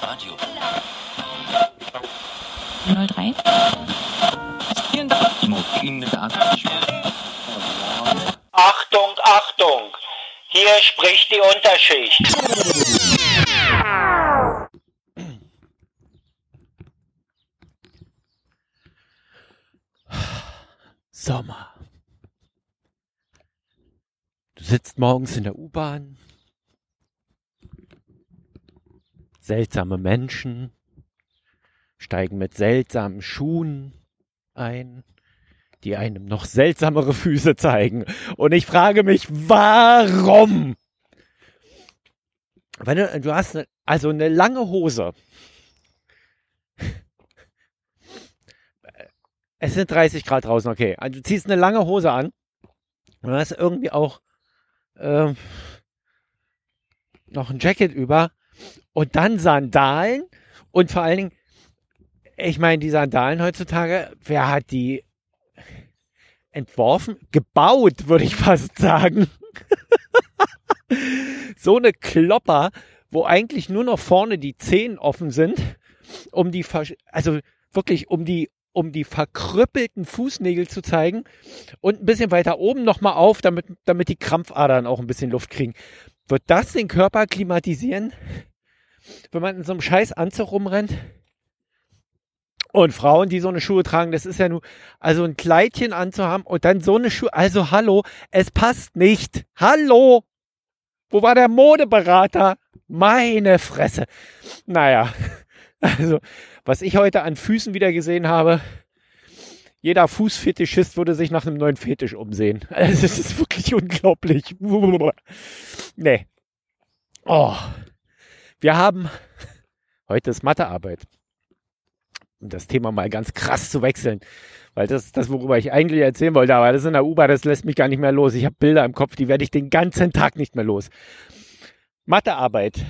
Radio. 03. Achtung, Achtung! Hier spricht die Unterschicht. Sommer. Du sitzt morgens in der U-Bahn. Seltsame Menschen steigen mit seltsamen Schuhen ein, die einem noch seltsamere Füße zeigen. Und ich frage mich, warum? Wenn du hast eine lange Hose. Es sind 30 Grad draußen, okay. Also du ziehst eine lange Hose an und hast irgendwie auch noch ein Jacket über und dann Sandalen und vor allen Dingen, ich meine, die Sandalen heutzutage, wer hat die entworfen? Gebaut, würde ich fast sagen. So eine Klopper, wo eigentlich nur noch vorne die Zehen offen sind, um die verkrüppelten Fußnägel zu zeigen und ein bisschen weiter oben nochmal auf, damit die Krampfadern auch ein bisschen Luft kriegen. Wird das den Körper klimatisieren, wenn man in so einem scheiß Anzug rumrennt? Und Frauen, die so eine Schuhe tragen, das ist ja nur, also ein Kleidchen anzuhaben und dann so eine Schuhe, also hallo, es passt nicht. Hallo! Wo war der Modeberater? Meine Fresse. Naja, also, was ich heute an Füßen wieder gesehen habe, jeder Fußfetischist würde sich nach einem neuen Fetisch umsehen. Also, es ist wirklich unglaublich. Nee. Oh. Wir haben, heute ist Mathearbeit. Um das Thema mal ganz krass zu wechseln. Weil das ist das, worüber ich eigentlich erzählen wollte. Aber das in der U-Bahn, das lässt mich gar nicht mehr los. Ich habe Bilder im Kopf, die werde ich den ganzen Tag nicht mehr los. Mathearbeit.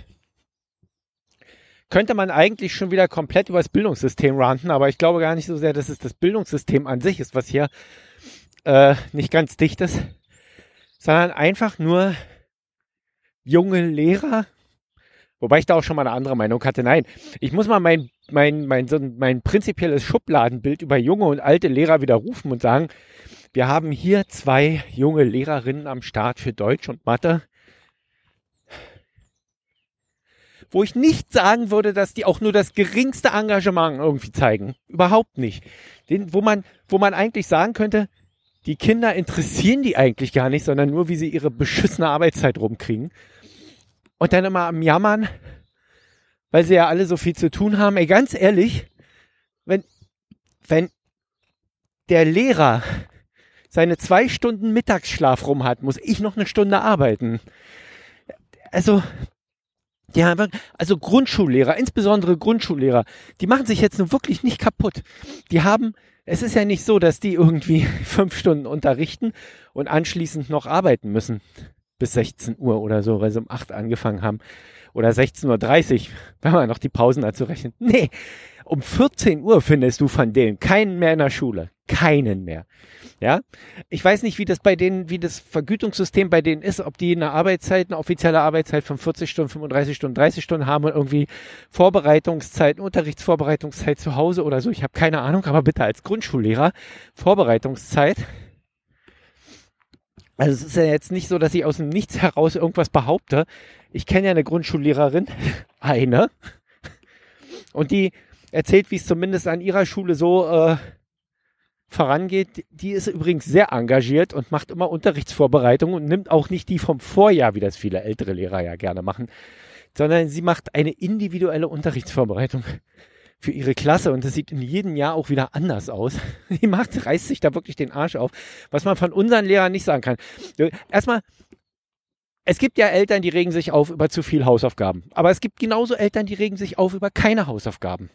Könnte man eigentlich schon wieder komplett über das Bildungssystem ranten, aber ich glaube gar nicht so sehr, dass es das Bildungssystem an sich ist, was hier nicht ganz dicht ist, sondern einfach nur junge Lehrer, wobei ich da auch schon mal eine andere Meinung hatte. Nein, ich muss mal mein prinzipielles Schubladenbild über junge und alte Lehrer widerrufen und sagen, wir haben hier 2 junge Lehrerinnen am Start für Deutsch und Mathe, wo ich nicht sagen würde, dass die auch nur das geringste Engagement irgendwie zeigen. Überhaupt nicht. Wo man eigentlich sagen könnte, die Kinder interessieren die eigentlich gar nicht, sondern nur, wie sie ihre beschissene Arbeitszeit rumkriegen. Und dann immer am Jammern, weil sie ja alle so viel zu tun haben. Ey, ganz ehrlich, wenn der Lehrer seine 2 Stunden Mittagsschlaf rum hat, muss ich noch eine Stunde arbeiten. Also Grundschullehrer, insbesondere Grundschullehrer, die machen sich jetzt nun wirklich nicht kaputt. Es ist ja nicht so, dass die irgendwie 5 Stunden unterrichten und anschließend noch arbeiten müssen. Bis 16 Uhr oder so, weil sie um 8 angefangen haben. Oder 16.30 Uhr, wenn man noch die Pausen dazu rechnet. Nee, um 14 Uhr findest du von denen keinen mehr in der Schule. Keinen mehr. Ja, ich weiß nicht, wie das Vergütungssystem bei denen ist, ob die eine offizielle Arbeitszeit von 40 Stunden, 35 Stunden, 30 Stunden haben und irgendwie Vorbereitungszeit, Unterrichtsvorbereitungszeit zu Hause oder so. Ich habe keine Ahnung, aber bitte als Grundschullehrer Vorbereitungszeit. Also es ist ja jetzt nicht so, dass ich aus dem Nichts heraus irgendwas behaupte. Ich kenne ja eine Grundschullehrerin, eine, und die erzählt, wie es zumindest an ihrer Schule so vorangeht. Die ist übrigens sehr engagiert und macht immer Unterrichtsvorbereitungen und nimmt auch nicht die vom Vorjahr, wie das viele ältere Lehrer ja gerne machen, sondern sie macht eine individuelle Unterrichtsvorbereitung für ihre Klasse und das sieht in jedem Jahr auch wieder anders aus. Die reißt sich da wirklich den Arsch auf, was man von unseren Lehrern nicht sagen kann. Erstmal, es gibt ja Eltern, die regen sich auf über zu viel Hausaufgaben, aber es gibt genauso Eltern, die regen sich auf über keine Hausaufgaben.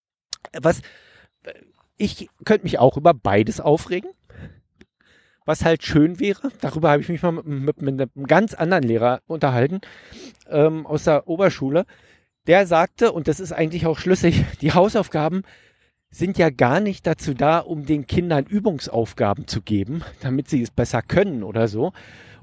Ich könnte mich auch über beides aufregen, was halt schön wäre. Darüber habe ich mich mal mit einem ganz anderen Lehrer unterhalten, aus der Oberschule. Der sagte, und das ist eigentlich auch schlüssig, die Hausaufgaben sind ja gar nicht dazu da, um den Kindern Übungsaufgaben zu geben, damit sie es besser können oder so.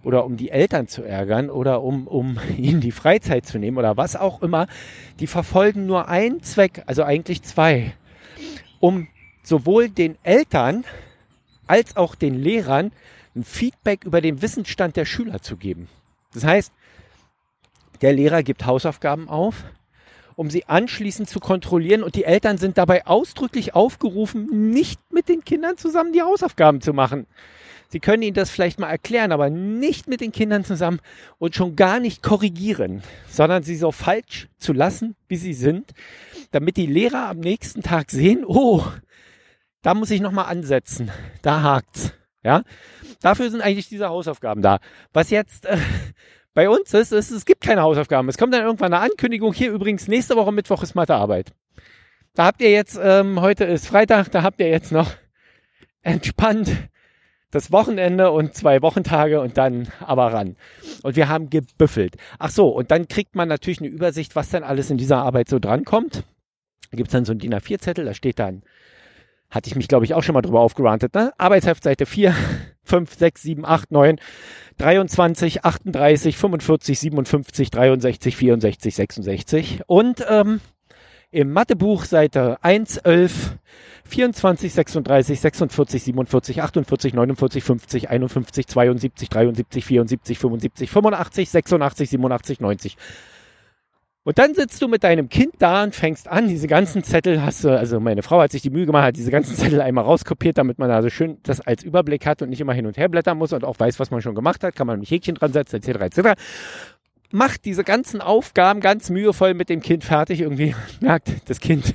oder um die Eltern zu ärgern oder um ihnen die Freizeit zu nehmen oder was auch immer, die verfolgen nur einen Zweck, also eigentlich zwei, um sowohl den Eltern als auch den Lehrern ein Feedback über den Wissensstand der Schüler zu geben. Das heißt, der Lehrer gibt Hausaufgaben auf, um sie anschließend zu kontrollieren, und die Eltern sind dabei ausdrücklich aufgerufen, nicht mit den Kindern zusammen die Hausaufgaben zu machen. Sie können ihnen das vielleicht mal erklären, aber nicht mit den Kindern zusammen und schon gar nicht korrigieren, sondern sie so falsch zu lassen, wie sie sind, damit die Lehrer am nächsten Tag sehen, oh, da muss ich nochmal ansetzen, da hakt's. Ja? Dafür sind eigentlich diese Hausaufgaben da. Was jetzt bei uns ist, es gibt keine Hausaufgaben. Es kommt dann irgendwann eine Ankündigung, hier übrigens nächste Woche Mittwoch ist Mathearbeit. Da habt ihr jetzt, heute ist Freitag, da habt ihr jetzt noch entspannt das Wochenende und 2 Wochentage und dann aber ran. Und wir haben gebüffelt. Ach so, und dann kriegt man natürlich eine Übersicht, was dann alles in dieser Arbeit so drankommt. Da gibt es dann so einen DIN A4-Zettel, da steht dann, hatte ich mich, glaube ich, auch schon mal drüber aufgerantet, ne? Arbeitsheft Seite 4, 5, 6, 7, 8, 9, 23, 38, 45, 57, 63, 64, 66. Und im Mathebuch Seite 1, 11, 24, 36, 46, 47, 48, 49, 50, 51, 72, 73, 74, 75, 85, 86, 87, 90. Und dann sitzt du mit deinem Kind da und fängst an, diese ganzen Zettel hast du, also meine Frau hat sich die Mühe gemacht, hat diese ganzen Zettel einmal rauskopiert, damit man da so schön das als Überblick hat und nicht immer hin und her blättern muss und auch weiß, was man schon gemacht hat, kann man ein Häkchen dran setzen, etc., etc. Macht diese ganzen Aufgaben ganz mühevoll mit dem Kind fertig, irgendwie merkt, das Kind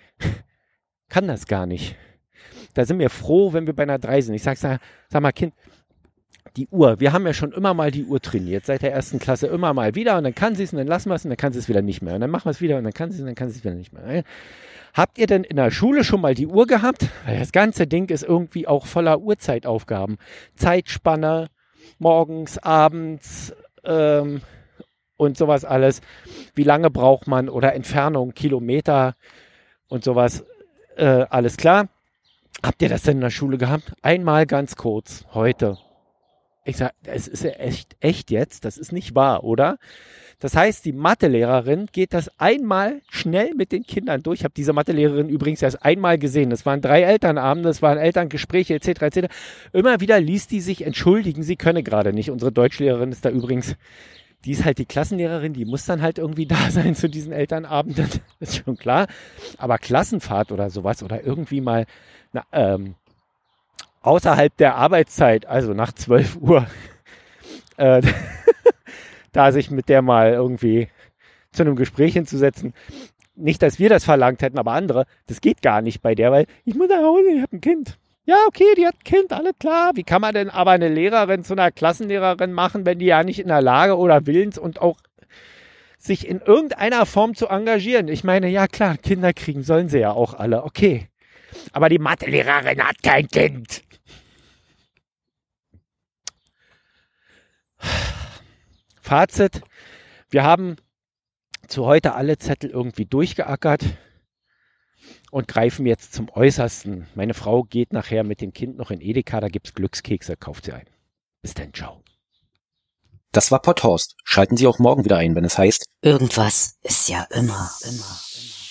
kann das gar nicht. Da sind wir froh, wenn wir bei einer 3 sind. Ich sag mal, Kind, die Uhr, wir haben ja schon immer mal die Uhr trainiert, seit der 1. Klasse immer mal wieder, und dann kann sie es und dann lassen wir es und dann kann sie es wieder nicht mehr und dann machen wir es wieder und dann kann sie es und dann kann sie es wieder nicht mehr. Habt ihr denn in der Schule schon mal die Uhr gehabt? Weil das ganze Ding ist irgendwie auch voller Uhrzeitaufgaben. Zeitspanne, morgens, abends und sowas alles. Wie lange braucht man oder Entfernung, Kilometer und sowas. Alles klar. Habt ihr das denn in der Schule gehabt? Einmal ganz kurz, heute. Ich sage, es ist ja echt jetzt, das ist nicht wahr, oder? Das heißt, die Mathelehrerin geht das einmal schnell mit den Kindern durch. Ich habe diese Mathelehrerin übrigens erst einmal gesehen. Das waren 3 Elternabende, das waren Elterngespräche etc. etc. Immer wieder ließ die sich entschuldigen, sie könne gerade nicht. Unsere Deutschlehrerin ist da übrigens, die ist halt die Klassenlehrerin, die muss dann halt irgendwie da sein zu diesen Elternabenden, das ist schon klar. Aber Klassenfahrt oder sowas oder irgendwie mal außerhalb der Arbeitszeit, also nach 12 Uhr, da sich mit der mal irgendwie zu einem Gespräch hinzusetzen. Nicht, dass wir das verlangt hätten, aber andere, das geht gar nicht bei der, weil ich muss nach Hause, ich habe ein Kind. Ja, okay, die hat ein Kind, alles klar. Wie kann man denn aber eine Lehrerin zu einer Klassenlehrerin machen, wenn die ja nicht in der Lage oder willens und auch sich in irgendeiner Form zu engagieren? Ich meine, ja klar, Kinder kriegen sollen sie ja auch alle, okay. Aber die Mathelehrerin hat kein Kind. Fazit, wir haben zu heute alle Zettel irgendwie durchgeackert und greifen jetzt zum Äußersten. Meine Frau geht nachher mit dem Kind noch in Edeka, da gibt's Glückskekse, kauft sie ein. Bis dann, ciao. Das war Potthorst. Schalten Sie auch morgen wieder ein, wenn es heißt, irgendwas ist ja immer.